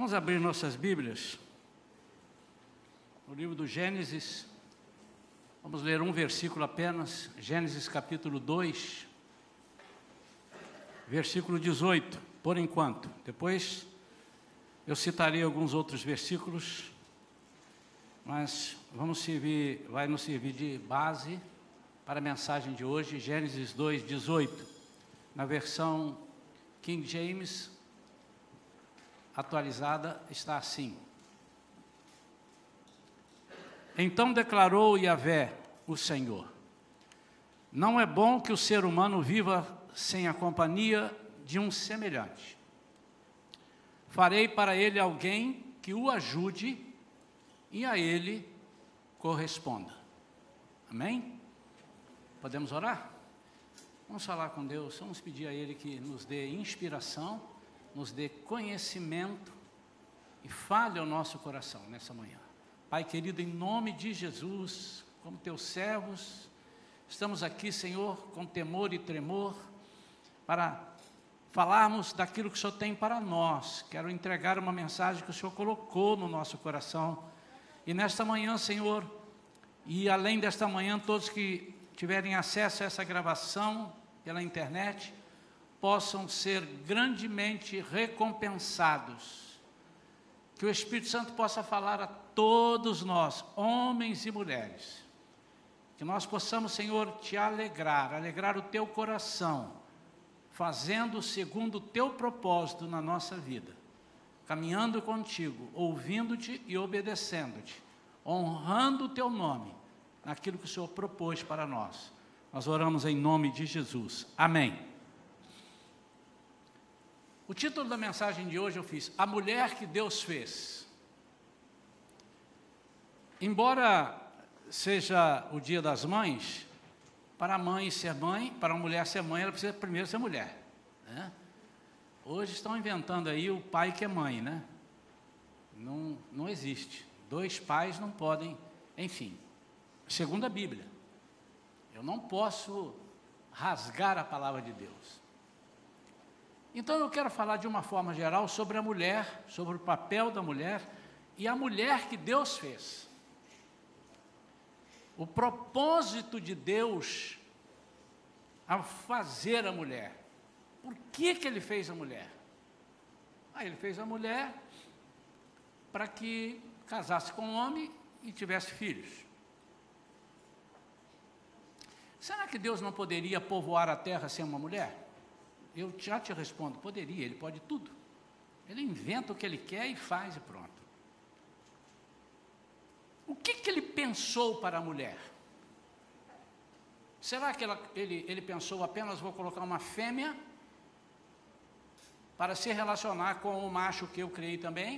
Vamos abrir nossas Bíblias no livro do Gênesis. Vamos ler um versículo apenas, Gênesis capítulo 2, versículo 18, por enquanto. Depois eu citarei alguns outros versículos, mas vai nos servir de base para a mensagem de hoje, Gênesis 2, 18, na versão King James atualizada, está assim: Então declarou Yahvé, o Senhor: não é bom que o ser humano viva sem a companhia de um semelhante. Farei para ele alguém que o ajude e a ele corresponda. Amém? Podemos orar? Vamos falar com Deus, vamos pedir a Ele que nos dê inspiração, nos dê conhecimento e fale ao nosso coração nessa manhã. Pai querido, em nome de Jesus, como teus servos, estamos aqui, Senhor, com temor e tremor, para falarmos daquilo que o Senhor tem para nós. Quero entregar uma mensagem que o Senhor colocou no nosso coração. E nesta manhã, Senhor, e além desta manhã, todos que tiverem acesso a essa gravação pela internet, possam ser grandemente recompensados. Que o Espírito Santo possa falar a todos nós, homens e mulheres. Que nós possamos, Senhor, te alegrar o teu coração, fazendo segundo o teu propósito na nossa vida, caminhando contigo, ouvindo-te e obedecendo-te, honrando o teu nome, naquilo que o Senhor propôs para nós. Nós oramos em nome de Jesus. Amém. O título da mensagem de hoje eu fiz: A Mulher que Deus Fez. Embora seja o Dia das Mães, para a mãe ser mãe, para a mulher ser mãe, ela precisa primeiro ser mulher, né? Hoje estão inventando aí o pai que é mãe, né? Não existe. Dois pais não podem, enfim. Segundo a Bíblia, eu não posso rasgar a palavra de Deus. Então eu quero falar de uma forma geral sobre a mulher, sobre o papel da mulher e a mulher que Deus fez. O propósito de Deus a fazer a mulher. Por que Ele fez a mulher? Ele fez a mulher para que casasse com um homem e tivesse filhos. Será que Deus não poderia povoar a terra sem uma mulher? Eu já te respondo, poderia, Ele pode tudo. Ele inventa o que Ele quer e faz e pronto. O que Ele pensou para a mulher? Será que ele pensou apenas, vou colocar uma fêmea para se relacionar com o macho que eu criei também?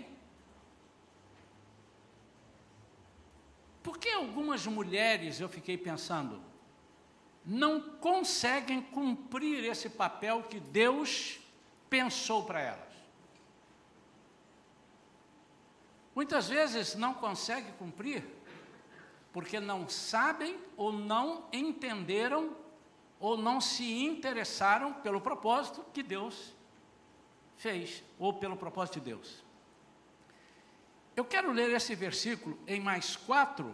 Por que algumas mulheres, eu fiquei pensando, não conseguem cumprir esse papel que Deus pensou para elas? Muitas vezes não conseguem cumprir porque não sabem ou não entenderam ou não se interessaram pelo propósito que Deus fez, ou pelo propósito de Deus. Eu quero ler esse versículo em mais 4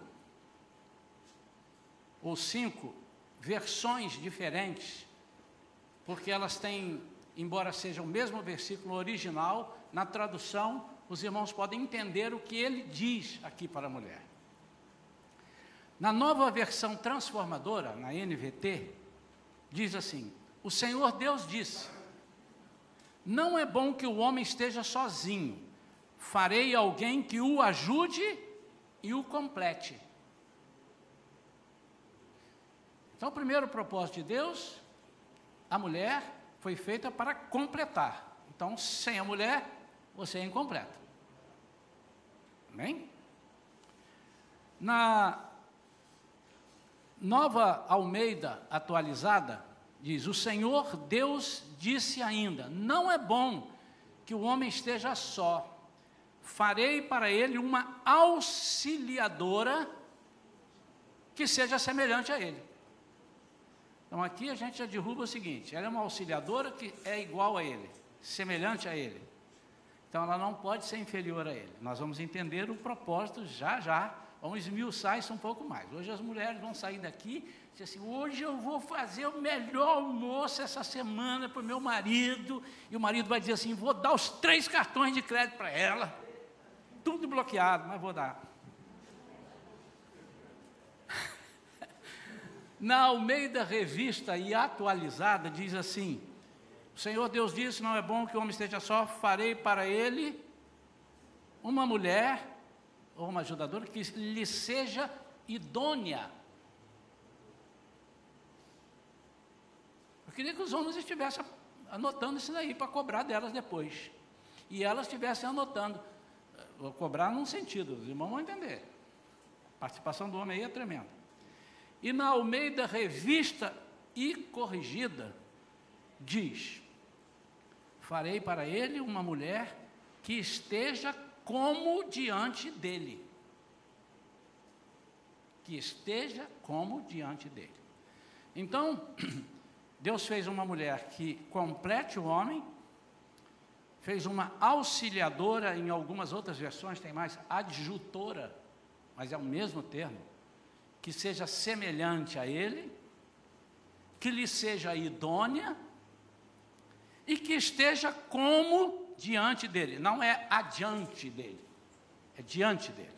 ou 5 versões diferentes, porque elas têm, embora seja o mesmo versículo original, na tradução, os irmãos podem entender o que ele diz aqui para a mulher. Na nova versão transformadora, na NVT, diz assim: o Senhor Deus disse: não é bom que o homem esteja sozinho, farei alguém que o ajude e o complete. Então, o primeiro propósito de Deus, a mulher foi feita para completar. Então, sem a mulher, você é incompleto. Amém? Na Nova Almeida atualizada, diz: o Senhor Deus disse ainda, não é bom que o homem esteja só, farei para ele uma auxiliadora que seja semelhante a ele. Então aqui a gente já derruba o seguinte: ela é uma auxiliadora que é igual a ele, semelhante a ele. Então, ela não pode ser inferior a ele. Nós vamos entender o propósito já já. Vamos esmiuçar isso um pouco mais. Hoje as mulheres vão sair daqui e dizer assim, hoje eu vou fazer o melhor almoço essa semana para o meu marido. E o marido vai dizer assim, vou dar os 3 cartões de crédito para ela. Tudo bloqueado, mas vou dar. Na Almeida Revista e Atualizada diz assim, o Senhor Deus disse, não é bom que o homem esteja só, farei para ele uma mulher ou uma ajudadora que lhe seja idônea. Eu queria que os homens estivessem anotando isso daí para cobrar delas depois. E elas estivessem anotando. Vou cobrar num sentido, os irmãos vão entender. A participação do homem aí é tremenda. E na Almeida Revista e Corrigida, diz, farei para ele uma mulher que esteja como diante dele. Que esteja como diante dele. Então, Deus fez uma mulher que complete o homem, fez uma auxiliadora, em algumas outras versões tem mais, adjutora, mas é o mesmo termo, que seja semelhante a ele, que lhe seja idônea, e que esteja como diante dele, não é adiante dele, é diante dele.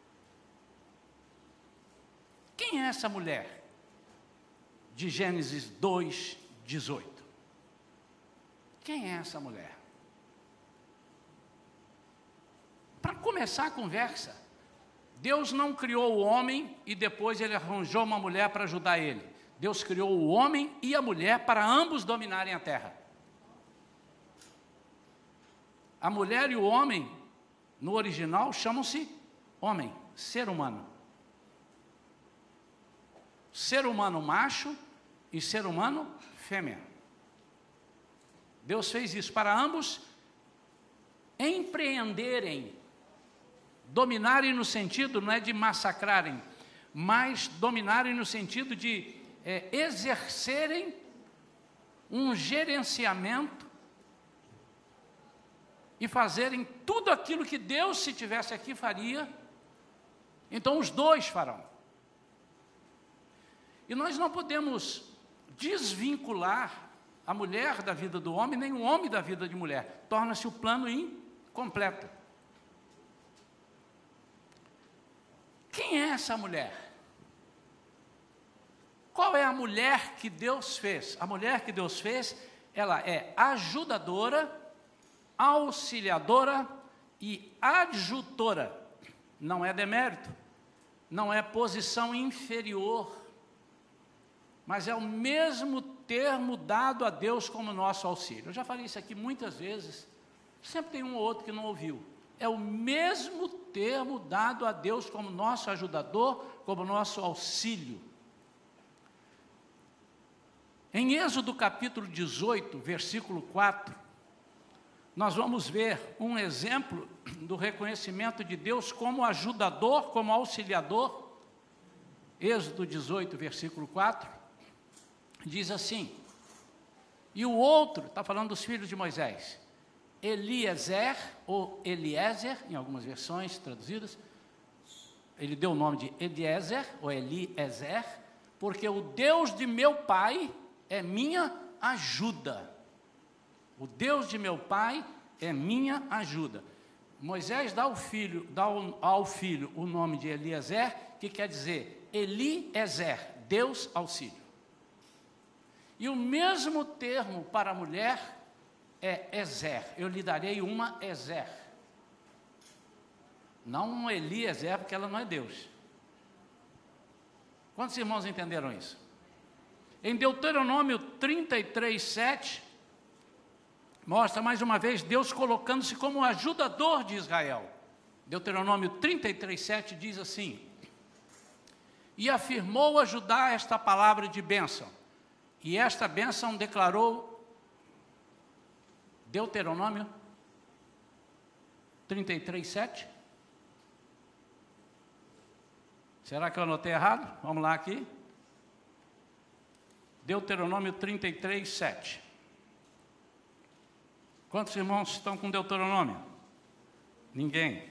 Quem é essa mulher? De Gênesis 2:18. Quem é essa mulher? Para começar a conversa, Deus não criou o homem e depois ele arranjou uma mulher para ajudar ele. Deus criou o homem e a mulher para ambos dominarem a terra. A mulher e o homem, no original, chamam-se homem, ser humano. Ser humano macho e ser humano fêmea. Deus fez isso para ambos empreenderem, dominarem no sentido, não é de massacrarem, mas dominarem no sentido de exercerem um gerenciamento e fazerem tudo aquilo que Deus, se tivesse aqui, faria. Então os dois farão. E nós não podemos desvincular a mulher da vida do homem, nem o homem da vida de mulher. Torna-se o plano incompleto. Quem é essa mulher? Qual é a mulher que Deus fez? A mulher que Deus fez, ela é ajudadora, auxiliadora e adjutora. Não é demérito, não é posição inferior, mas é o mesmo termo dado a Deus como nosso auxílio. Eu já falei isso aqui muitas vezes, sempre tem um ou outro que não ouviu. É o mesmo termo dado a Deus como nosso ajudador, como nosso auxílio. Em Êxodo capítulo 18, versículo 4, nós vamos ver um exemplo do reconhecimento de Deus como ajudador, como auxiliador. Êxodo 18, versículo 4, diz assim, e o outro, está falando dos filhos de Moisés, Eliezer, ou Eliezer, em algumas versões traduzidas, ele deu o nome de Eliezer, ou Eliezer, porque o Deus de meu pai é minha ajuda. O Deus de meu pai é minha ajuda. Moisés dá ao filho o nome de Eliezer, que quer dizer Eliezer, Deus auxílio. E o mesmo termo para a mulher é Ezer. Eu lhe darei uma Ezer. Não um Eliezer, porque ela não é Deus. Quantos irmãos entenderam isso? Em Deuteronômio 33:7, mostra mais uma vez Deus colocando-se como ajudador de Israel. Deuteronômio 33:7 diz assim, e afirmou a Judá esta palavra de bênção, e esta bênção declarou, Deuteronômio 33:7, será que eu anotei errado? Vamos lá aqui, Deuteronômio 33:7, quantos irmãos estão com Deuteronômio? Ninguém.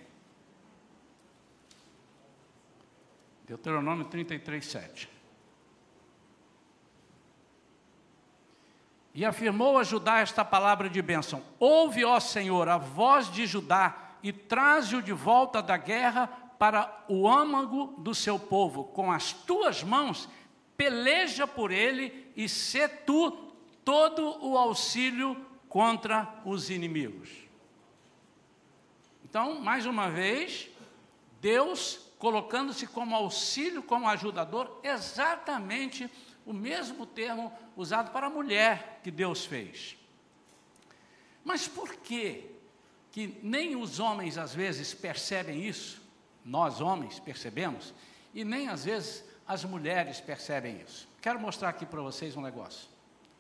Deuteronômio 33, 7. E afirmou a Judá esta palavra de bênção: ouve, ó Senhor, a voz de Judá, e traze-o de volta da guerra para o âmago do seu povo. Com as tuas mãos, peleja por ele, e sê tu todo o auxílio contra os inimigos. Então, mais uma vez, Deus colocando-se como auxílio, como ajudador, exatamente o mesmo termo usado para a mulher que Deus fez. Mas por que nem os homens às vezes percebem isso? Nós homens percebemos, e nem às vezes as mulheres percebem isso. Quero mostrar aqui para vocês um negócio.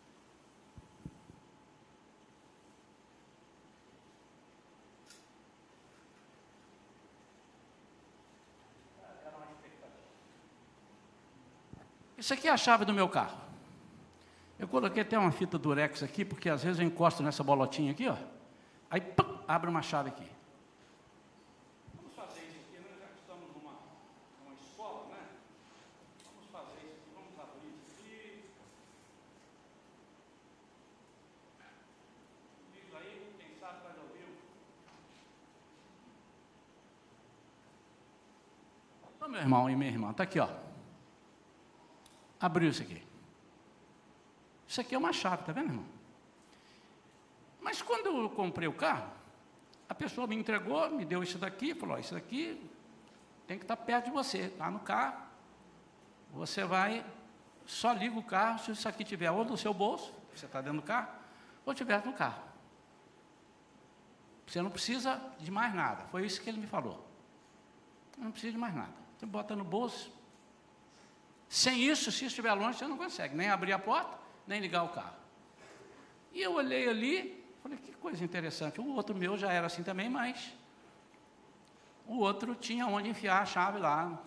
Isso aqui é a chave do meu carro. Eu coloquei até uma fita durex aqui, porque às vezes eu encosto nessa bolotinha aqui, ó. Aí, pum, abre uma chave aqui. Vamos fazer isso aqui, nós já estamos numa escola, né? Vamos fazer isso aqui, vamos abrir isso aqui. Diz aí, quem sabe vai ouvir. Então, meu irmão e minha irmã, está aqui, ó. Abriu isso aqui. Isso aqui é uma chave, está vendo, irmão? Mas quando eu comprei o carro, a pessoa me entregou, me deu isso daqui, falou: ó, isso daqui tem que estar perto de você, lá no carro. Você vai, só liga o carro se isso aqui estiver ou no seu bolso, você está dentro do carro, ou estiver no carro. Você não precisa de mais nada. Foi isso que ele me falou. Não precisa de mais nada. Você bota no bolso. Sem isso, se estiver longe, você não consegue nem abrir a porta, nem ligar o carro. E eu olhei ali, falei: que coisa interessante. O outro meu já era assim também, mas o outro tinha onde enfiar a chave lá.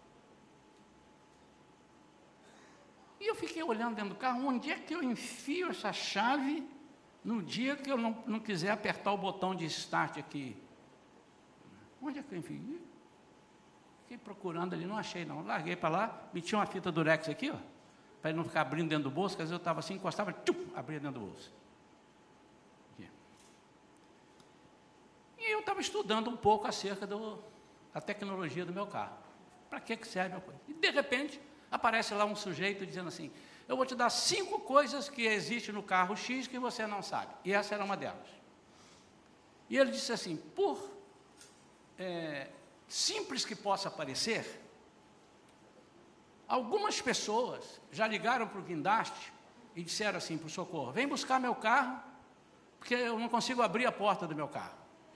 E eu fiquei olhando dentro do carro: onde é que eu enfio essa chave no dia que eu não quiser apertar o botão de start aqui? Onde é que eu enfio? Fiquei procurando ali, não achei não. Larguei para lá, meti uma fita durex aqui, ó, para ele não ficar abrindo dentro do bolso, que às vezes eu estava assim, encostava, abria dentro do bolso. Aqui. E eu estava estudando um pouco acerca da tecnologia do meu carro. Para que serve a coisa? E de repente, aparece lá um sujeito dizendo assim: eu vou te dar 5 coisas que existem no carro X que você não sabe. E essa era uma delas. E ele disse assim: simples que possa parecer, algumas pessoas já ligaram para o guindaste e disseram assim para o socorro: vem buscar meu carro, porque eu não consigo abrir a porta do meu carro.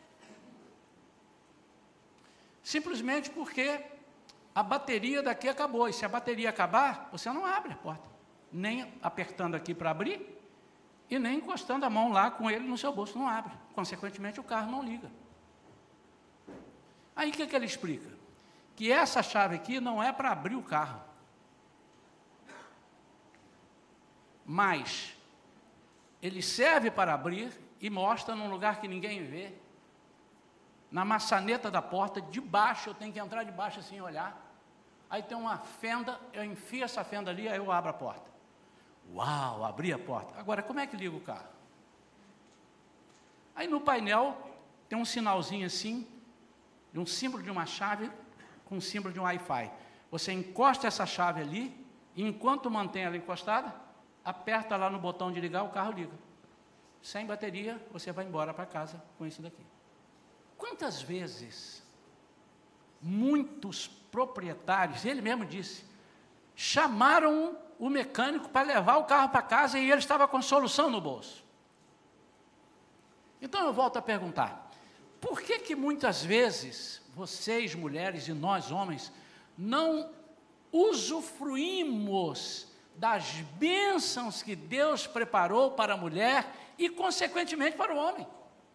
Simplesmente porque a bateria daqui acabou, e se a bateria acabar, você não abre a porta, nem apertando aqui para abrir, e nem encostando a mão lá com ele no seu bolso, não abre. Consequentemente, o carro não liga. Aí o que ele explica? Que essa chave aqui não é para abrir o carro, mas ele serve para abrir e mostra num lugar que ninguém vê, na maçaneta da porta, debaixo. Eu tenho que entrar debaixo assim e olhar. Aí tem uma fenda, eu enfio essa fenda ali, aí eu abro a porta. Uau, abri a porta. Agora, como é que liga o carro? Aí no painel tem um sinalzinho assim, de um símbolo de uma chave com um símbolo de um Wi-Fi. Você encosta essa chave ali, e enquanto mantém ela encostada, aperta lá no botão de ligar, o carro liga. Sem bateria, você vai embora para casa com isso daqui. Quantas vezes muitos proprietários, ele mesmo disse, chamaram o mecânico para levar o carro para casa e ele estava com solução no bolso? Então eu volto a perguntar: por que muitas vezes vocês, mulheres, e nós, homens, não usufruímos das bênçãos que Deus preparou para a mulher e, consequentemente, para o homem?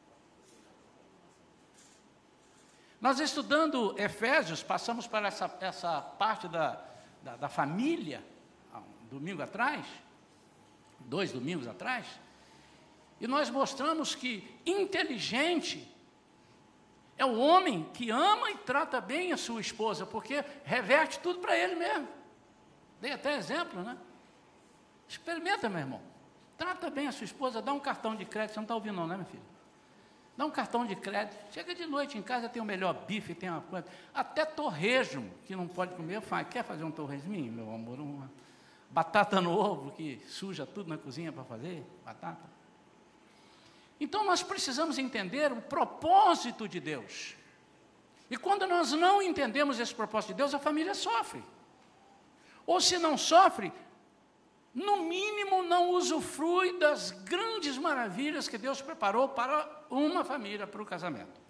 Nós, estudando Efésios, passamos para essa parte da família, domingo atrás, 2 domingos atrás, e nós mostramos que inteligente É o homem que ama e trata bem a sua esposa, porque reverte tudo para ele mesmo. Dei até exemplo, né? Experimenta, meu irmão. Trata bem a sua esposa, dá um cartão de crédito. Você não está ouvindo não, né, meu filho? Dá um cartão de crédito. Chega de noite em casa, tem o melhor bife, tem uma coisa. Até torresmo, que não pode comer, faz. Quer fazer um torresminho, meu amor? Uma batata no ovo, que suja tudo na cozinha para fazer, batata. Então, nós precisamos entender o propósito de Deus. E quando nós não entendemos esse propósito de Deus, a família sofre. Ou se não sofre, no mínimo não usufrui das grandes maravilhas que Deus preparou para uma família, para o casamento.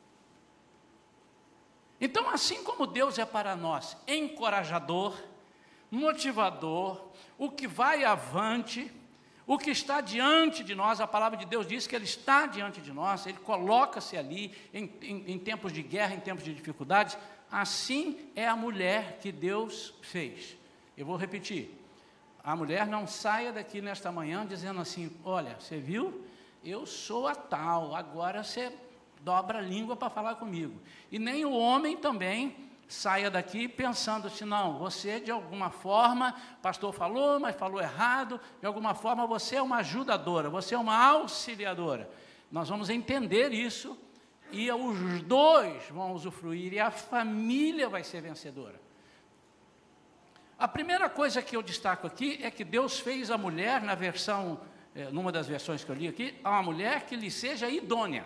Então, assim como Deus é para nós encorajador, motivador, o que vai avante, o que está diante de nós, a palavra de Deus diz que Ele está diante de nós, Ele coloca-se ali em tempos de guerra, em tempos de dificuldades. Assim é a mulher que Deus fez. Eu vou repetir. A mulher não saia daqui nesta manhã dizendo assim, olha, você viu? Eu sou a tal, agora você dobra a língua para falar comigo. E nem o homem também saia daqui pensando assim, não, você de alguma forma, pastor falou, mas falou errado, de alguma forma você é uma ajudadora, você é uma auxiliadora. Nós vamos entender isso e os dois vão usufruir e a família vai ser vencedora. A primeira coisa que eu destaco aqui é que Deus fez a mulher, na versão, numa das versões que eu li aqui, uma mulher que lhe seja idônea.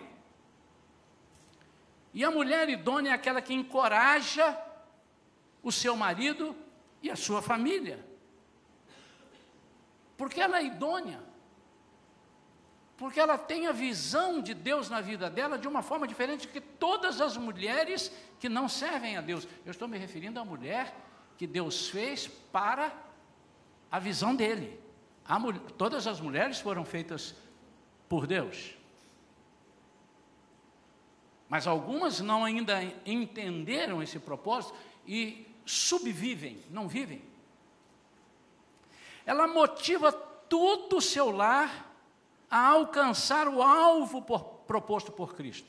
E a mulher idônea é aquela que encoraja o seu marido e a sua família. Porque ela é idônea. Porque ela tem a visão de Deus na vida dela de uma forma diferente que todas as mulheres que não servem a Deus. Eu estou me referindo à mulher que Deus fez para a visão dele. Todas as mulheres foram feitas por Deus. Mas algumas não ainda entenderam esse propósito e subvivem, não vivem. Ela motiva todo o seu lar a alcançar o alvo proposto por Cristo.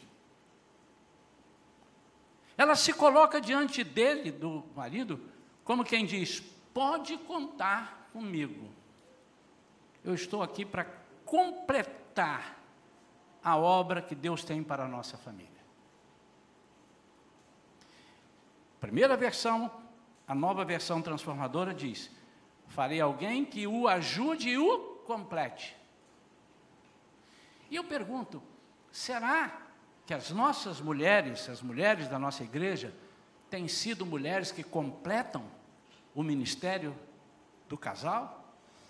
Ela se coloca diante dele, do marido, como quem diz, pode contar comigo. Eu estou aqui para completar a obra que Deus tem para a nossa família. Primeira versão, a nova versão transformadora diz, farei alguém que o ajude e o complete. E eu pergunto, será que as nossas mulheres, as mulheres da nossa igreja, têm sido mulheres que completam o ministério do casal?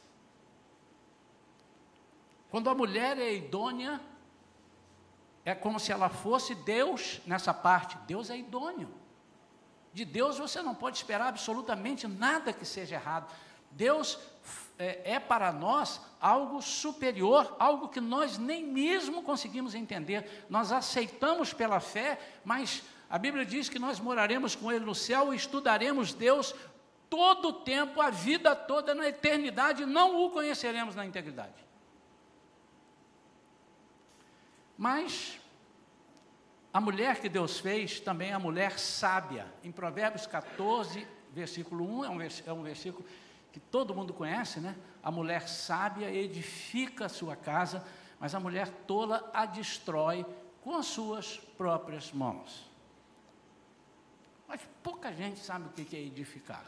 Quando a mulher é idônea, é como se ela fosse Deus nessa parte. Deus é idôneo. De Deus você não pode esperar absolutamente nada que seja errado. Deus é para nós algo superior, algo que nós nem mesmo conseguimos entender. Nós aceitamos pela fé, mas a Bíblia diz que nós moraremos com Ele no céu e estudaremos Deus todo o tempo, a vida toda, na eternidade, não o conheceremos na integridade. Mas a mulher que Deus fez também é a mulher sábia. Em Provérbios 14, versículo 1, é um versículo que todo mundo conhece, né? A mulher sábia edifica a sua casa, mas a mulher tola a destrói com as suas próprias mãos. Mas pouca gente sabe o que é edificar.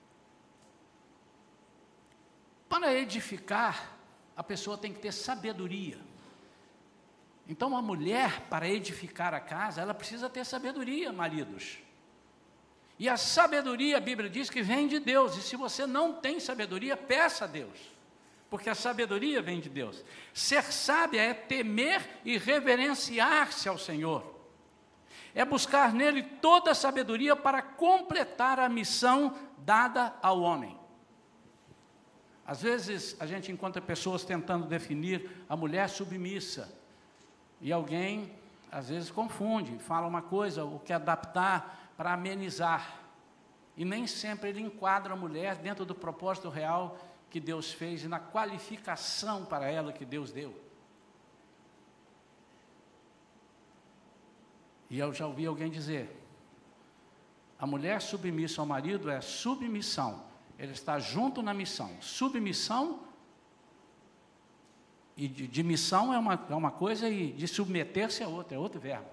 Para edificar, a pessoa tem que ter sabedoria. Então, a mulher, para edificar a casa, ela precisa ter sabedoria, maridos. E a sabedoria, a Bíblia diz que vem de Deus. E se você não tem sabedoria, peça a Deus. Porque a sabedoria vem de Deus. Ser sábia é temer e reverenciar-se ao Senhor. É buscar nele toda a sabedoria para completar a missão dada ao homem. Às vezes, a gente encontra pessoas tentando definir a mulher submissa. E alguém, às vezes, confunde, fala uma coisa ou quer adaptar para amenizar. E nem sempre ele enquadra a mulher dentro do propósito real que Deus fez e na qualificação para ela que Deus deu. E eu já ouvi alguém dizer, a mulher submissa ao marido é submissão. Ele está junto na missão. Submissão e de missão é uma coisa e de submeter-se é outro verbo.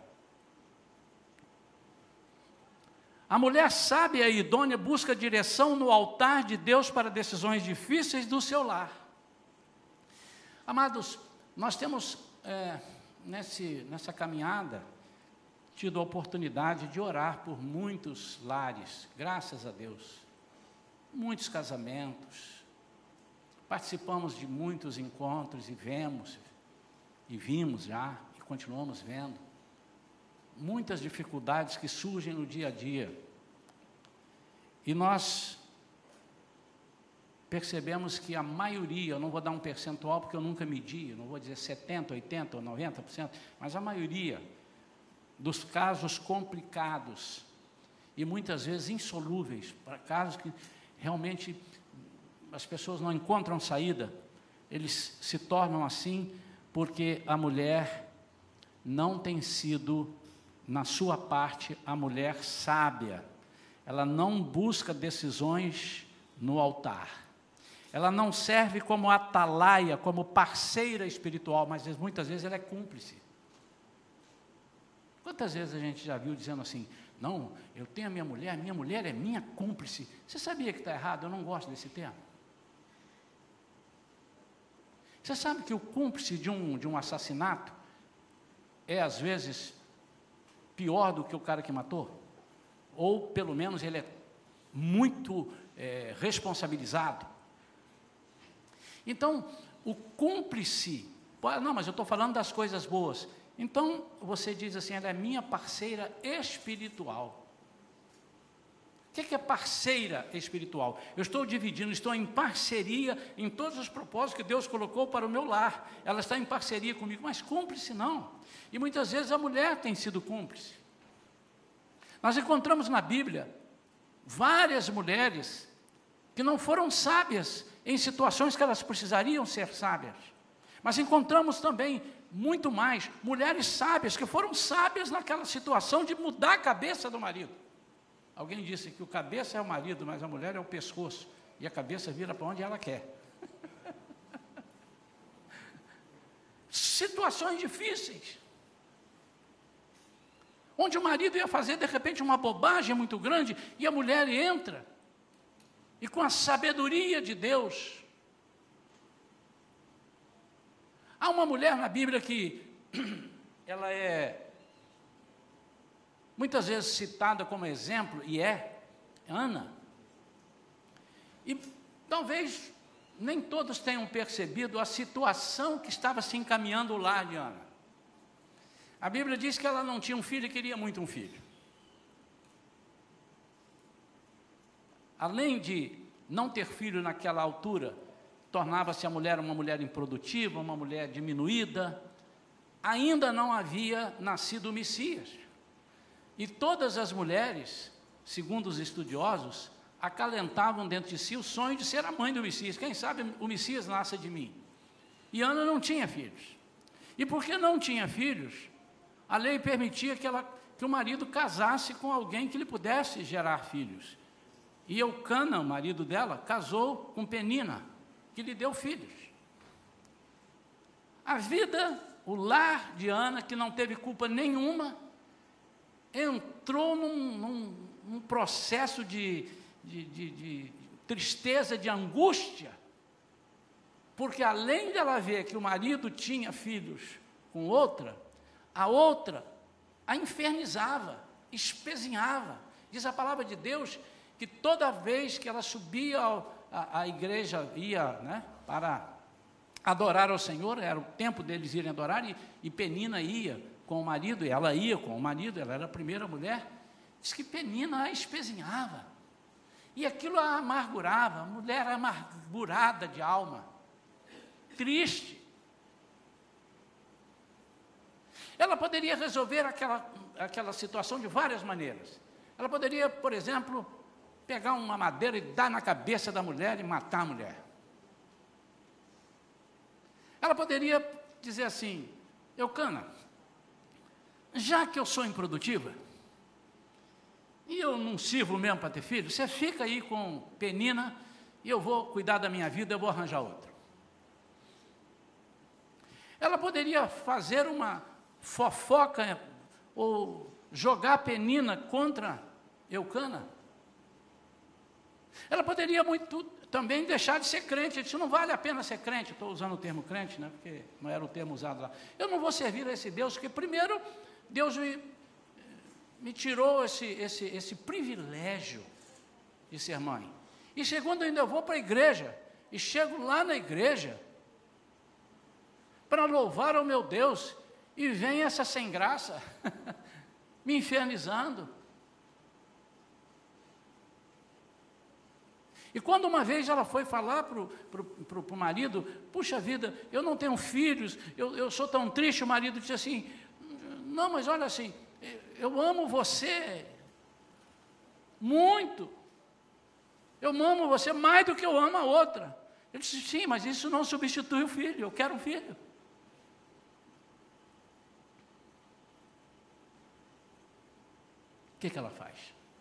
A mulher sábia e idônea busca direção no altar de Deus para decisões difíceis do seu lar. Amados, nós temos nessa caminhada tido a oportunidade de orar por muitos lares, graças a Deus, muitos casamentos, participamos de muitos encontros e vimos já, e continuamos vendo, muitas dificuldades que surgem no dia a dia, e nós percebemos que a maioria, eu não vou dar um percentual porque eu nunca medi, eu não vou dizer 70%, 80% ou 90%, mas a maioria dos casos complicados e muitas vezes insolúveis, para casos que realmente as pessoas não encontram saída, eles se tornam assim porque a mulher não tem sido, na sua parte, a mulher sábia. Ela não busca decisões no altar. Ela não serve como atalaia, como parceira espiritual, mas muitas vezes ela é cúmplice. Quantas vezes a gente já viu dizendo assim, não, eu tenho a minha mulher é minha cúmplice. Você sabia que está errado? Eu não gosto desse termo. Você sabe que o cúmplice de um assassinato é, às vezes, pior do que o cara que matou? Ou, pelo menos, ele é muito responsabilizado. Então, o cúmplice, não, mas eu estou falando das coisas boas. Então, você diz assim, ela é minha parceira espiritual. O que é parceira espiritual? Eu estou dividindo, estou em parceria em todos os propósitos que Deus colocou para o meu lar. Ela está em parceria comigo, mas cúmplice não. E muitas vezes a mulher tem sido cúmplice. Nós encontramos na Bíblia várias mulheres que não foram sábias em situações que elas precisariam ser sábias. Mas encontramos também muito mais mulheres sábias que foram sábias naquela situação de mudar a cabeça do marido. Alguém disse que o cabeça é o marido, mas a mulher é o pescoço, e a cabeça vira para onde ela quer. Situações difíceis, onde o marido ia fazer de repente uma bobagem muito grande, e a mulher entra, e com a sabedoria de Deus. Há uma mulher na Bíblia que ela é muitas vezes citada como exemplo, e Ana. E talvez nem todos tenham percebido a situação que estava se encaminhando o lar de Ana. A Bíblia diz que ela não tinha um filho e queria muito um filho. Além de não ter filho naquela altura, tornava-se a mulher uma mulher improdutiva, uma mulher diminuída, ainda não havia nascido o Messias. E todas as mulheres, segundo os estudiosos, acalentavam dentro de si o sonho de ser a mãe do Messias. Quem sabe o Messias nasce de mim. E Ana não tinha filhos. E porque não tinha filhos, a lei permitia que o marido casasse com alguém que lhe pudesse gerar filhos. E Eucana, o marido dela, casou com Penina, que lhe deu filhos. A vida, o lar de Ana, que não teve culpa nenhuma, entrou num processo de tristeza, de angústia, porque além dela ver que o marido tinha filhos com outra, a outra a infernizava, espezinhava. Diz a palavra de Deus que toda vez que ela subia à igreja, ia para adorar ao Senhor, era o tempo deles irem adorar, e Penina ia com o marido, e ela ia com o marido, ela era a primeira mulher. Diz que Penina a espezinhava, e aquilo a amargurava, a mulher amargurada de alma, triste. Ela poderia resolver aquela situação de várias maneiras. Ela poderia, por exemplo, pegar uma madeira e dar na cabeça da mulher e matar a mulher. Ela poderia dizer assim: Eucana, já que eu sou improdutiva, e eu não sirvo mesmo para ter filho, você fica aí com Penina, e eu vou cuidar da minha vida, eu vou arranjar outro. Ela poderia fazer uma fofoca, ou jogar Penina contra Eucana. Ela poderia muito também deixar de ser crente. Ele disse, não vale a pena ser crente. Estou usando o termo crente, né, porque não era o termo usado lá. Eu não vou servir a esse Deus, porque primeiro, Deus me tirou esse privilégio de ser mãe. E segundo, ainda eu vou para a igreja, e chego lá na igreja, para louvar ao meu Deus, e vem essa sem graça, me infernizando. E quando uma vez ela foi falar para o marido, puxa vida, eu não tenho filhos, eu sou tão triste, o marido disse assim, não, mas olha assim, eu amo você muito, eu amo você mais do que eu amo a outra. Ele disse, sim, mas isso não substitui o filho, eu quero um filho. O que ela faz?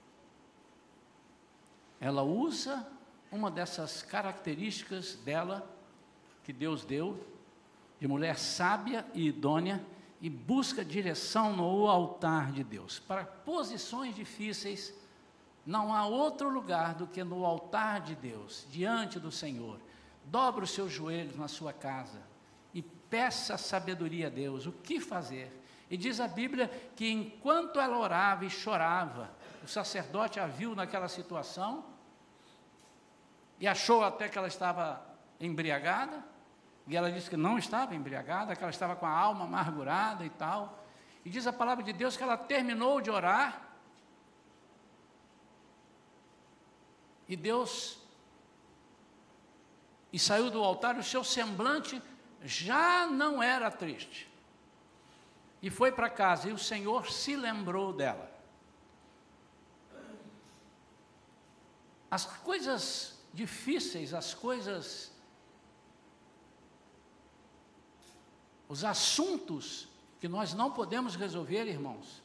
Ela usa uma dessas características dela, que Deus deu, de mulher sábia e idônea, e busca direção no altar de Deus. Para posições difíceis, não há outro lugar do que no altar de Deus, diante do Senhor. Dobre os seus joelhos na sua casa e peça sabedoria a Deus, o que fazer. E diz a Bíblia que enquanto ela orava e chorava, o sacerdote a viu naquela situação, e achou até que ela estava embriagada, e ela disse que não estava embriagada, que ela estava com a alma amargurada e tal. E diz a palavra de Deus que ela terminou de orar, e saiu do altar, e o seu semblante já não era triste. E foi para casa, e o Senhor se lembrou dela. As coisas difíceis, os assuntos que nós não podemos resolver, irmãos,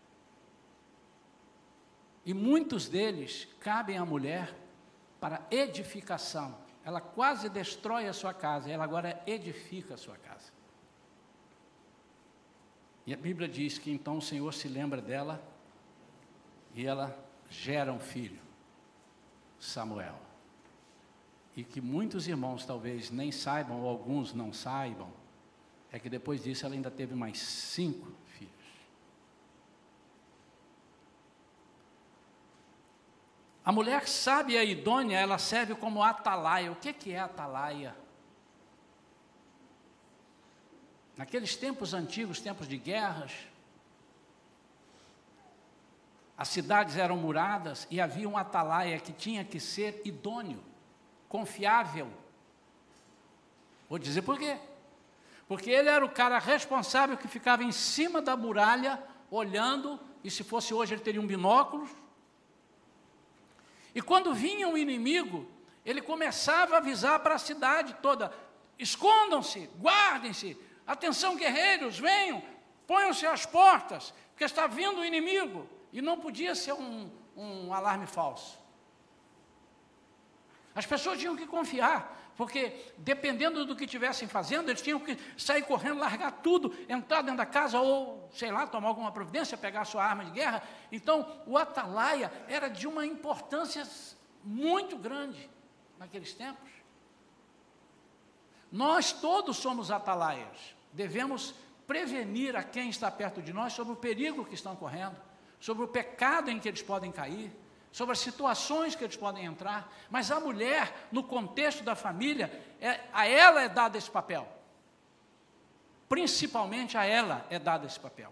e muitos deles cabem à mulher para edificação. Ela quase destrói a sua casa, ela agora edifica a sua casa. E a Bíblia diz que então o Senhor se lembra dela e ela gera um filho, Samuel. E que muitos irmãos talvez nem saibam, ou alguns não saibam, é que depois disso ela ainda teve mais 5 filhos. A mulher sábia e idônea, ela serve como atalaia. O que é atalaia? Naqueles tempos antigos, tempos de guerras, as cidades eram muradas e havia um atalaia que tinha que ser idôneo, confiável. Vou dizer por quê? Porque ele era o cara responsável que ficava em cima da muralha, olhando, e se fosse hoje ele teria um binóculo. E quando vinha um inimigo, ele começava a avisar para a cidade toda, escondam-se, guardem-se, atenção guerreiros, venham, ponham-se às portas, porque está vindo o inimigo. E não podia ser um alarme falso. As pessoas tinham que confiar, porque dependendo do que estivessem fazendo, eles tinham que sair correndo, largar tudo, entrar dentro da casa ou, sei lá, tomar alguma providência, pegar a sua arma de guerra. Então, o atalaia era de uma importância muito grande naqueles tempos. Nós todos somos atalaias, devemos prevenir a quem está perto de nós sobre o perigo que estão correndo, sobre o pecado em que eles podem cair, sobre as situações que eles podem entrar. Mas a mulher, no contexto da família, a ela é dado esse papel. Principalmente a ela é dado esse papel.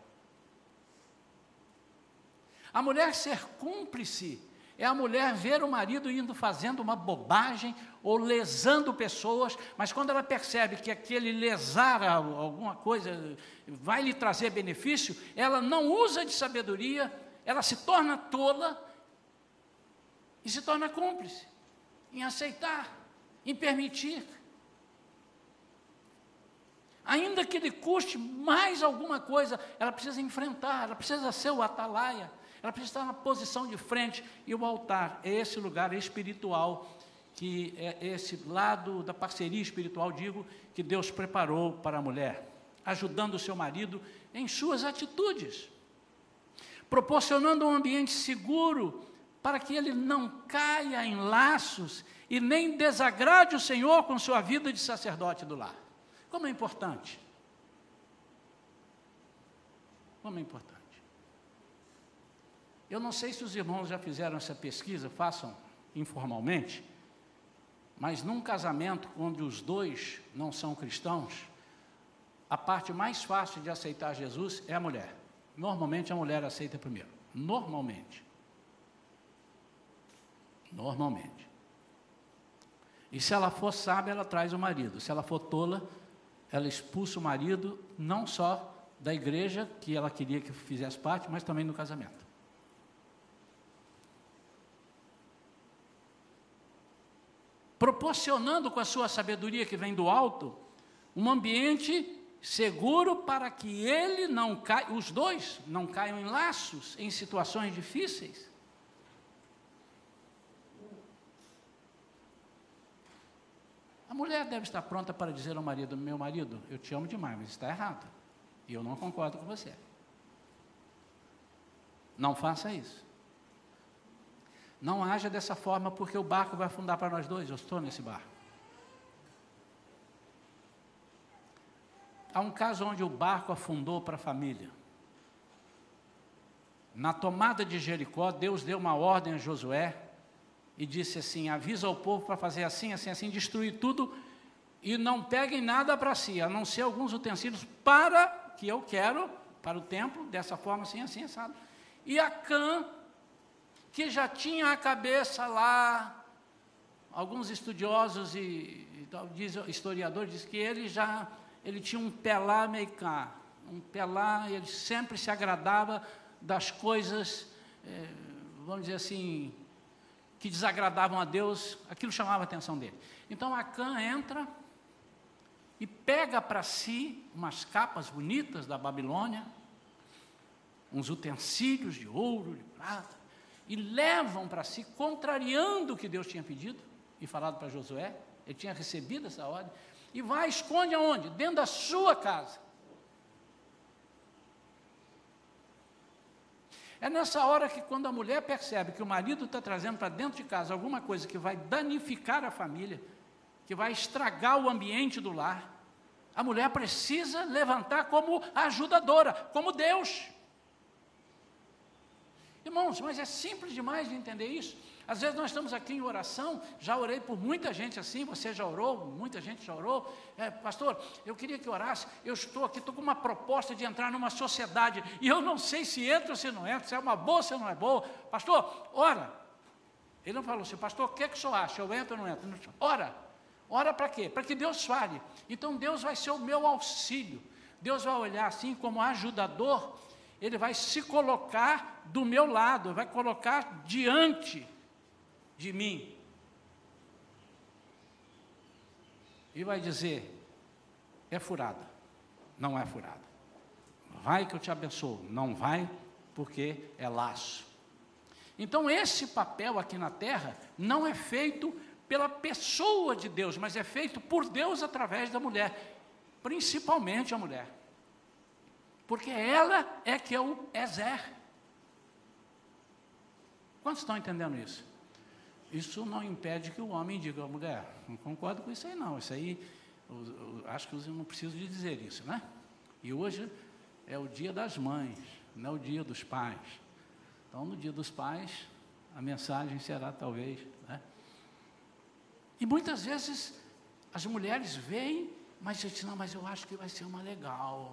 A mulher ser cúmplice é a mulher ver o marido indo fazendo uma bobagem ou lesando pessoas, mas quando ela percebe que aquele lesar alguma coisa vai lhe trazer benefício, ela não usa de sabedoria, ela se torna tola e se torna cúmplice em aceitar, em permitir. Ainda que lhe custe mais alguma coisa, ela precisa enfrentar, ela precisa ser o atalaia, ela precisa estar na posição de frente. E o altar é esse lugar espiritual, que é esse lado da parceria espiritual, digo, que Deus preparou para a mulher, ajudando o seu marido em suas atitudes, proporcionando um ambiente seguro para que ele não caia em laços e nem desagrade o Senhor com sua vida de sacerdote do lar. Como é importante. Como é importante. Eu não sei se os irmãos já fizeram essa pesquisa, façam informalmente, mas num casamento onde os dois não são cristãos, a parte mais fácil de aceitar Jesus é a mulher. Normalmente a mulher aceita primeiro. Normalmente. E se ela for sábia, ela traz o marido. Se ela for tola, ela expulsa o marido, não só da igreja, que ela queria que fizesse parte, mas também do casamento. Proporcionando com a sua sabedoria que vem do alto, um ambiente seguro para que ele não caia, os dois não caiam em laços, em situações difíceis. A mulher deve estar pronta para dizer ao marido: meu marido, eu te amo demais, mas está errado, e eu não concordo com você. Não faça isso. Não haja dessa forma, porque o barco vai afundar para nós dois. Eu estou nesse barco. Há um caso onde o barco afundou para a família. Na tomada de Jericó, Deus deu uma ordem a Josué e disse assim: avisa ao povo para fazer assim, assim, assim, destruir tudo e não peguem nada para si, a não ser alguns utensílios para que eu quero, para o templo, dessa forma, assim, assim, assado. E Acã, que já tinha a cabeça lá, alguns estudiosos e historiadores dizem que ele tinha um pé lá meio cá, ele sempre se agradava das coisas, vamos dizer assim, que desagradavam a Deus, aquilo chamava a atenção dele. Então Acã entra e pega para si umas capas bonitas da Babilônia, uns utensílios de ouro, de prata, e levam para si, contrariando o que Deus tinha pedido e falado para Josué. Ele tinha recebido essa ordem, e vai, esconde aonde? Dentro da sua casa. É nessa hora que, quando a mulher percebe que o marido está trazendo para dentro de casa alguma coisa que vai danificar a família, que vai estragar o ambiente do lar, a mulher precisa levantar como ajudadora, como Deus. Irmãos, mas é simples demais de entender isso. Às vezes nós estamos aqui em oração, já orei por muita gente assim, você já orou, muita gente já orou. Pastor, eu queria que orasse, eu estou aqui, estou com uma proposta de entrar numa sociedade, e eu não sei se entra ou se não entra, se é uma boa ou se não é boa. Pastor, ora. Ele não falou assim: pastor, o que é que o senhor acha? Eu entro ou não entro? Ora para quê? Para que Deus fale. Então Deus vai ser o meu auxílio. Deus vai olhar assim como ajudador, Ele vai se colocar do meu lado, vai colocar diante de mim, e vai dizer: é furada, não é furada, vai que eu te abençoo, não vai porque é laço. Então esse papel aqui na terra não é feito pela pessoa de Deus, mas é feito por Deus através da mulher, principalmente a mulher, porque ela é que é o Ezer. Quantos estão entendendo isso? Isso não impede que o homem diga à mulher: não concordo com isso aí não, isso aí, acho que eu não preciso de dizer isso, né? E hoje é o dia das mães, não é o dia dos pais. Então, no dia dos pais, a mensagem será talvez, né? E muitas vezes as mulheres veem, mas eu disse: não, mas eu acho que vai ser uma legal.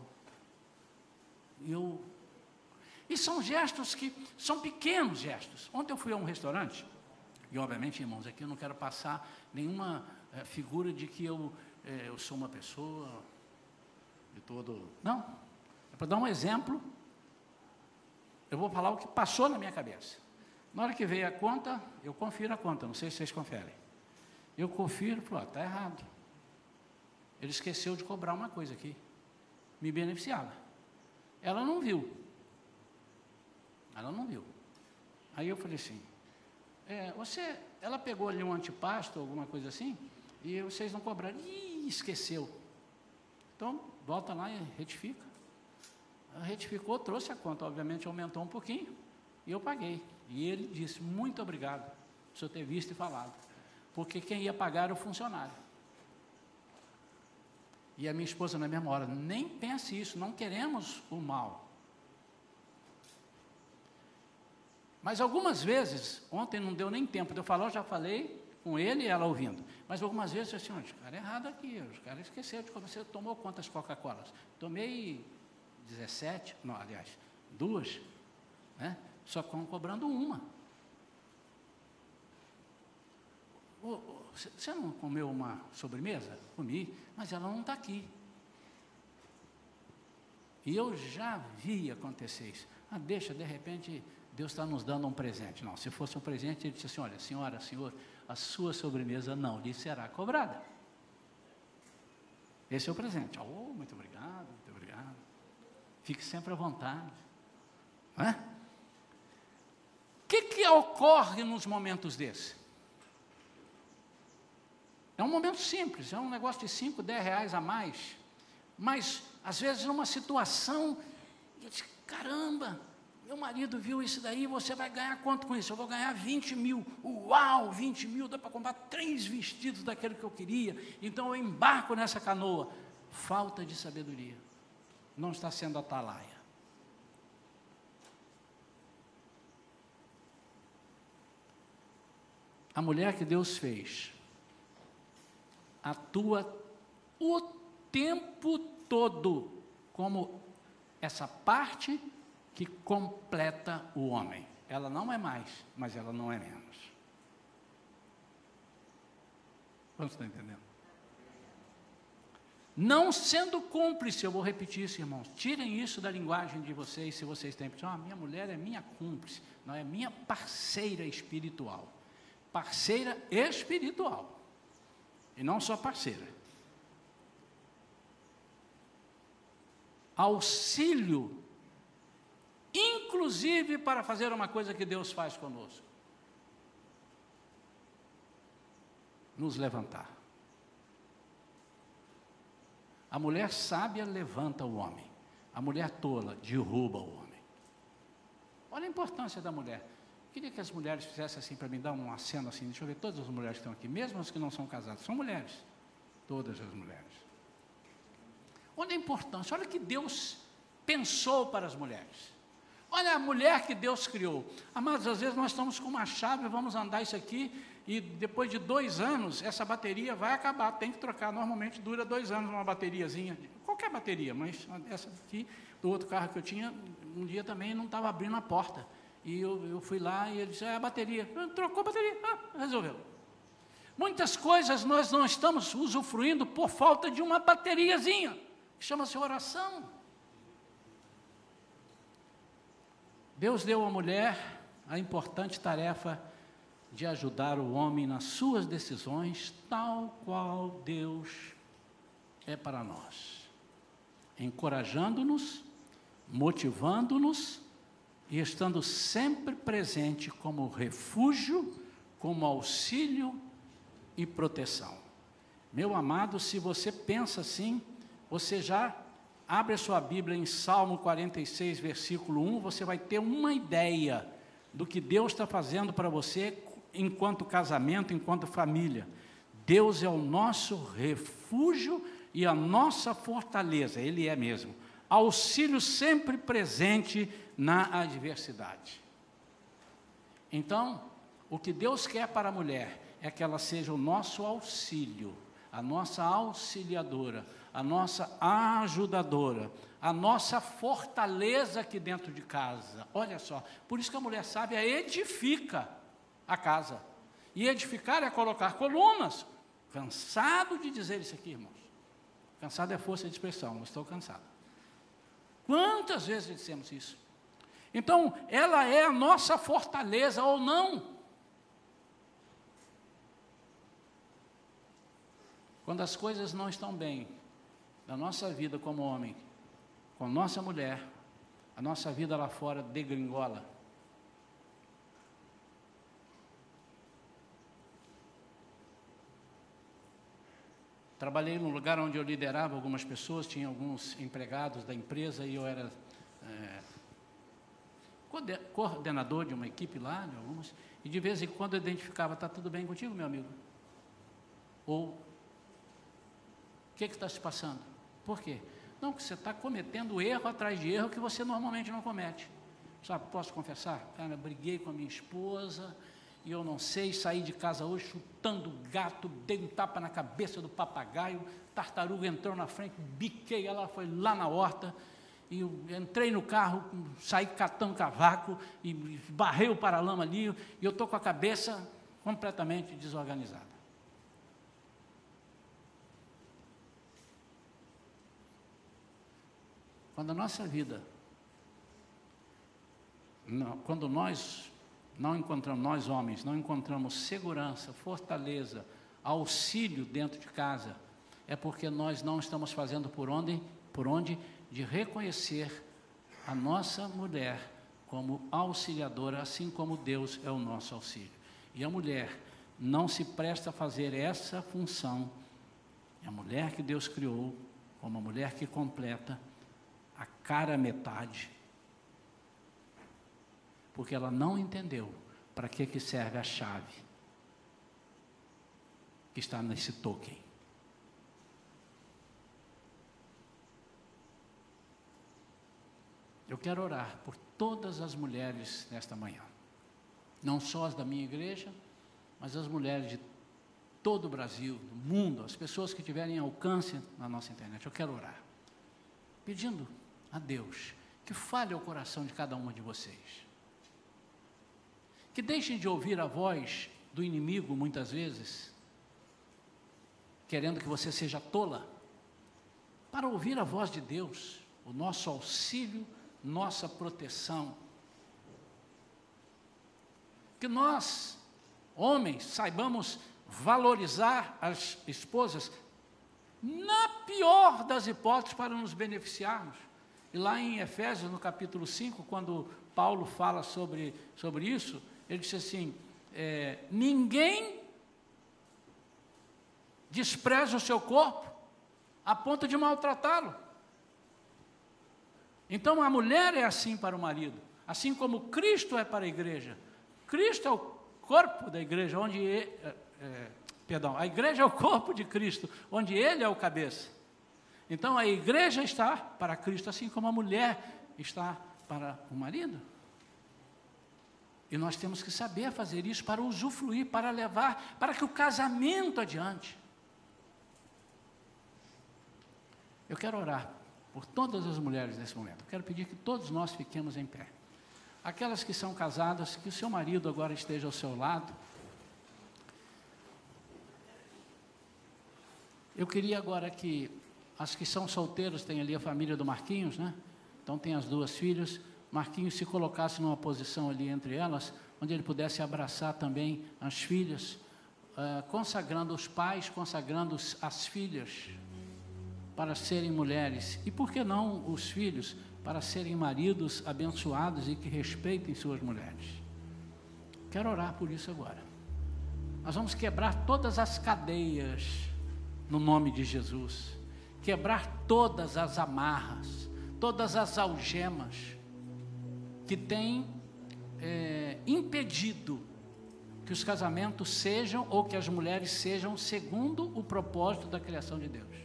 E são gestos que são pequenos gestos. Ontem eu fui a um restaurante, e obviamente, irmãos, aqui eu não quero passar nenhuma figura de que eu sou uma pessoa de todo... Não, é para dar um exemplo. Eu vou falar o que passou na minha cabeça. Na hora que veio a conta, eu confiro a conta, não sei se vocês conferem. Eu confiro e falo: está errado. ele esqueceu de cobrar uma coisa aqui, me beneficiava. Ela não viu. Aí eu falei assim, ela pegou ali um antipasto, alguma coisa assim, e vocês não cobraram. Ih, esqueceu. Então, volta lá e retifica. Retificou, trouxe a conta, obviamente aumentou um pouquinho, e eu paguei. E ele disse, muito obrigado por senhor ter visto e falado, porque quem ia pagar era o funcionário. E a minha esposa, na mesma hora, nem pense isso, não queremos o mal. Mas algumas vezes, ontem não deu nem tempo de eu falar, eu já falei com ele e ela ouvindo. Mas algumas vezes eu disse assim, os caras errado aqui, os caras esqueceram de como você tomou quantas Coca-Colas? Tomei 17, não, aliás, 2, né? Só estão cobrando uma. Você não comeu uma sobremesa? Comi, mas ela não está aqui. E eu já vi acontecer isso. Deixa, de repente, Deus está nos dando um presente. Não, se fosse um presente, ele disse assim, olha, senhora, senhor, a sua sobremesa não lhe será cobrada. Esse é o presente. Oh, muito obrigado, muito obrigado. Fique sempre à vontade. Não é? O que ocorre nos momentos desses? É um momento simples, é um negócio de 5, 10 reais a mais. Mas, às vezes, numa situação, eu disse, caramba, meu marido viu isso daí, você vai ganhar quanto com isso? Eu vou ganhar 20 mil. Uau, 20 mil, dá para comprar 3 vestidos daquele que eu queria. Então, eu embarco nessa canoa. Falta de sabedoria. Não está sendo atalaia. A mulher que Deus fez atua o tempo todo como essa parte que completa o homem. Ela não é mais, mas ela não é menos. Você está entendendo? Não sendo cúmplice, eu vou repetir isso, irmãos, tirem isso da linguagem de vocês, se vocês têm pensado, minha mulher é minha cúmplice, não é minha parceira espiritual. Parceira espiritual. E não só parceira. Auxílio, inclusive para fazer uma coisa que Deus faz conosco. Nos levantar. A mulher sábia levanta o homem. A mulher tola derruba o homem. Olha a importância da mulher. Eu queria que as mulheres fizessem assim para mim, dar um aceno assim, deixa eu ver todas as mulheres que estão aqui, mesmo as que não são casadas, são mulheres, todas as mulheres. Olha a importância, olha que Deus pensou para as mulheres. Olha a mulher que Deus criou. Amados, às vezes nós estamos com uma chave, vamos andar isso aqui, e depois de 2 anos, essa bateria vai acabar, tem que trocar, normalmente dura 2 anos uma bateriazinha, qualquer bateria, mas essa aqui, do outro carro que eu tinha, um dia também não estava abrindo a porta. E eu fui lá e ele disse, a bateria. Trocou a bateria, resolveu. Muitas coisas nós não estamos usufruindo por falta de uma bateriazinha, que chama-se oração. Deus deu à mulher a importante tarefa de ajudar o homem nas suas decisões, tal qual Deus é para nós. Encorajando-nos, motivando-nos, e estando sempre presente como refúgio, como auxílio e proteção. Meu amado, se você pensa assim, você já abre a sua Bíblia em Salmo 46, versículo 1, você vai ter uma ideia do que Deus está fazendo para você enquanto casamento, enquanto família. Deus é o nosso refúgio e a nossa fortaleza, Ele é mesmo. Auxílio sempre presente na adversidade. Então, o que Deus quer para a mulher é que ela seja o nosso auxílio, a nossa auxiliadora, a nossa ajudadora, a nossa fortaleza aqui dentro de casa. Olha só, por isso que a mulher sábia edifica a casa. E edificar é colocar colunas. Cansado de dizer isso aqui, irmãos. Cansado é força de expressão, eu estou cansado. Quantas vezes dissemos isso? Então, ela é a nossa fortaleza ou não? Quando as coisas não estão bem na nossa vida como homem, com nossa mulher, a nossa vida lá fora degringola. Trabalhei num lugar onde eu liderava algumas pessoas, tinha alguns empregados da empresa e eu era coordenador de uma equipe lá, de algumas, e de vez em quando eu identificava: está tudo bem contigo, meu amigo? Ou, o que está se passando? Por quê? Não, que você está cometendo erro atrás de erro que você normalmente não comete. Sabe, posso confessar? Cara, eu briguei com a minha esposa, e eu não sei, saí de casa hoje chutando o gato, dei um tapa na cabeça do papagaio, tartaruga entrou na frente, biquei, ela foi lá na horta, e eu entrei no carro, saí catando cavaco, e barrei o paralama ali, e eu estou com a cabeça completamente desorganizada. Quando a nossa vida, quando nós não encontramos, nós homens, não encontramos segurança, fortaleza, auxílio dentro de casa, é porque nós não estamos fazendo por onde de reconhecer a nossa mulher como auxiliadora, assim como Deus é o nosso auxílio. E a mulher não se presta a fazer essa função. É a mulher que Deus criou, como a mulher que completa a cara metade, porque ela não entendeu para que serve a chave que está nesse token. Eu quero orar por todas as mulheres nesta manhã, não só as da minha igreja, mas as mulheres de todo o Brasil, do mundo, as pessoas que tiverem alcance na nossa internet. Eu quero orar, pedindo a Deus que fale ao coração de cada uma de vocês, que deixem de ouvir a voz do inimigo muitas vezes, querendo que você seja tola, para ouvir a voz de Deus, o nosso auxílio, nossa proteção. Que nós, homens, saibamos valorizar as esposas, na pior das hipóteses, para nos beneficiarmos. E lá em Efésios, no capítulo 5, quando Paulo fala sobre isso, ele disse assim: ninguém despreza o seu corpo a ponto de maltratá-lo. Então a mulher é assim para o marido, assim como Cristo é para a igreja. Cristo é o corpo da igreja, a igreja é o corpo de Cristo, onde Ele é o cabeça. Então a igreja está para Cristo, assim como a mulher está para o marido. E nós temos que saber fazer isso para usufruir, para levar, para que o casamento adiante. Eu quero orar por todas as mulheres nesse momento. Eu quero pedir que todos nós fiquemos em pé. Aquelas que são casadas, que o seu marido agora esteja ao seu lado. Eu queria agora que as que são solteiros, tem ali a família do Marquinhos, né? Então tem as duas filhas. Marquinhos se colocasse numa posição ali entre elas, onde ele pudesse abraçar também as filhas, consagrando os pais, consagrando as filhas para serem mulheres, e por que não os filhos para serem maridos abençoados e que respeitem suas mulheres. Quero orar por isso agora. Nós vamos quebrar todas as cadeias no nome de Jesus, quebrar todas as amarras, todas as algemas que têm impedido que os casamentos sejam, ou que as mulheres sejam, segundo o propósito da criação de Deus.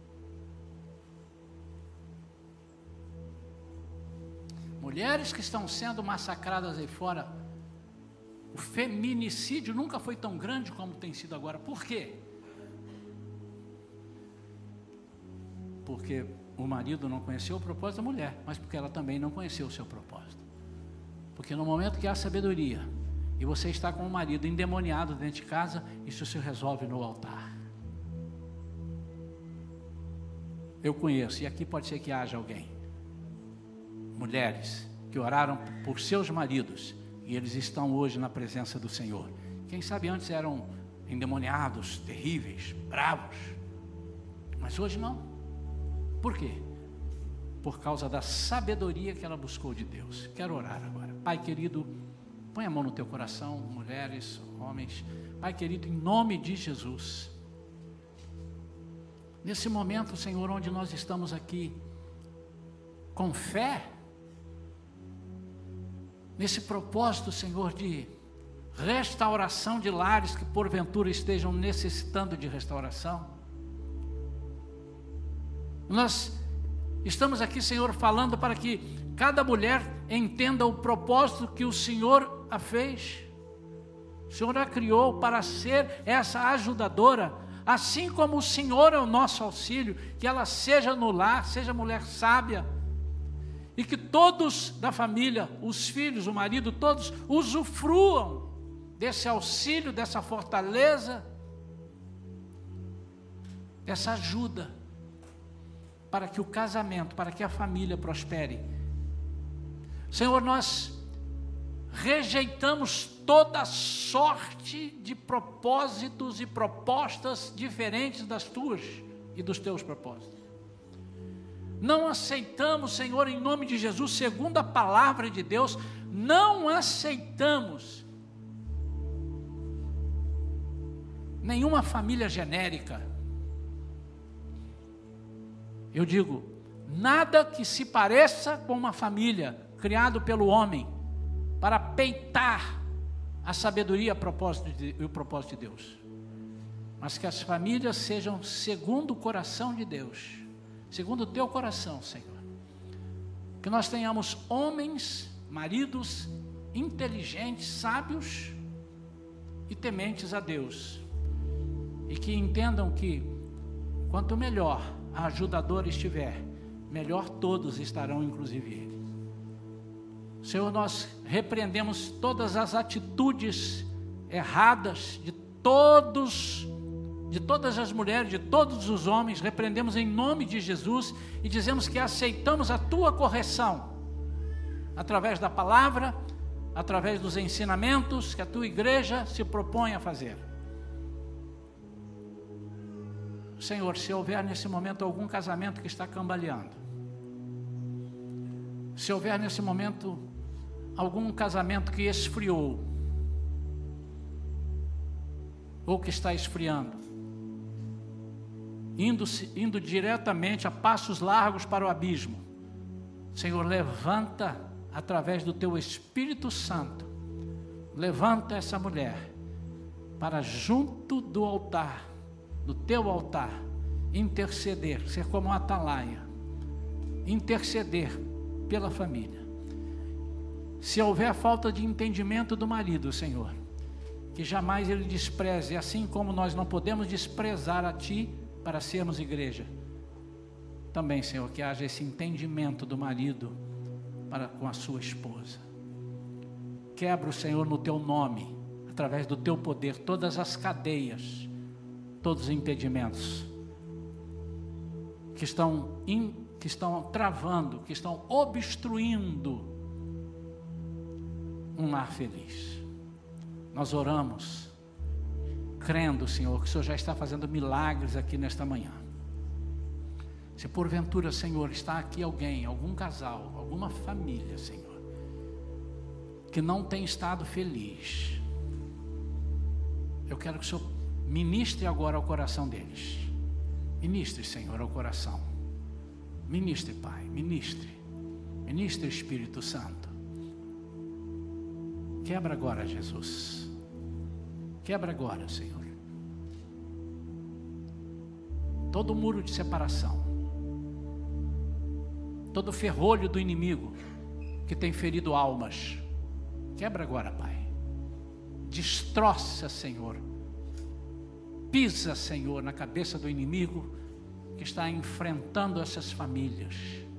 Mulheres que estão sendo massacradas aí fora, o feminicídio nunca foi tão grande como tem sido agora. Por quê? Porque o marido não conheceu o propósito da mulher, mas porque ela também não conheceu o seu propósito. Porque no momento que há sabedoria, e você está com o marido endemoniado dentro de casa, isso se resolve no altar. Eu conheço, e aqui pode ser que haja alguém, mulheres que oraram por seus maridos, e eles estão hoje na presença do Senhor. Quem sabe antes eram endemoniados, terríveis, bravos, Mas hoje não. Por quê? Por causa da sabedoria que ela buscou de Deus. Quero orar agora. Pai querido, põe a mão no teu coração, mulheres, homens. Pai querido, em nome de Jesus, nesse momento, Senhor, onde nós estamos aqui, com fé, nesse propósito, Senhor, de restauração de lares que porventura estejam necessitando de restauração. Nós estamos aqui, Senhor, falando para que cada mulher entenda o propósito que o Senhor a fez. O Senhor a criou para ser essa ajudadora, assim como o Senhor é o nosso auxílio, que ela seja no lar, seja mulher sábia, e que todos da família, os filhos, o marido, todos usufruam desse auxílio, dessa fortaleza, dessa ajuda, para que o casamento, para que a família prospere. Senhor, nós rejeitamos toda sorte de propósitos e propostas diferentes das tuas e dos teus propósitos. Não aceitamos, Senhor, em nome de Jesus, segundo a palavra de Deus, não aceitamos nenhuma família genérica. Eu digo, nada que se pareça com uma família criada pelo homem para peitar a sabedoria e o propósito de Deus, mas que as famílias sejam segundo o coração de Deus, segundo o teu coração, Senhor. Que nós tenhamos homens, maridos inteligentes, sábios e tementes a Deus, e que entendam que quanto melhor a ajudadora estiver, melhor todos estarão, inclusive ele. Senhor, nós repreendemos todas as atitudes erradas de todas as mulheres, de todos os homens, repreendemos em nome de Jesus e dizemos que aceitamos a tua correção, através da palavra, através dos ensinamentos que a tua igreja se propõe a fazer. Senhor, se houver nesse momento algum casamento que está cambaleando, se houver nesse momento algum casamento que esfriou, ou que está esfriando, indo diretamente a passos largos para o abismo, Senhor, levanta através do teu Espírito Santo, levanta essa mulher para junto do altar, do teu altar, interceder, ser como um atalaia, interceder pela família. Se houver falta de entendimento do marido, Senhor, que jamais ele despreze, assim como nós não podemos desprezar a ti para sermos igreja, também, Senhor, que haja esse entendimento do marido para com a sua esposa. Quebra, Senhor, no teu nome, através do teu poder, todas as cadeias, todos os impedimentos que estão travando, que estão obstruindo um lar feliz. Nós oramos, crendo, Senhor, que o Senhor já está fazendo milagres aqui nesta manhã. Se porventura, Senhor, está aqui alguém, algum casal, alguma família, Senhor, que não tem estado feliz, eu quero que o Senhor ministre agora ao coração deles. Ministre, Senhor, ao coração. Ministre, Pai, ministre. Ministre, Espírito Santo. Quebra agora, Jesus. Quebra agora, Senhor. Todo muro de separação, todo ferrolho do inimigo que tem ferido almas, quebra agora, Pai. Destroça, Senhor. Pisa, Senhor, na cabeça do inimigo que está enfrentando essas famílias.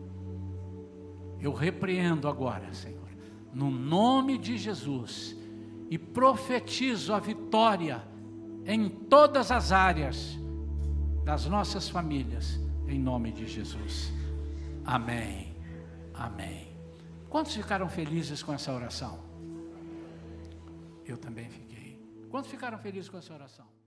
Eu repreendo agora, Senhor, no nome de Jesus, e profetizo a vitória em todas as áreas das nossas famílias, em nome de Jesus. Amém. Amém. Quantos ficaram felizes com essa oração? Eu também fiquei. Quantos ficaram felizes com essa oração?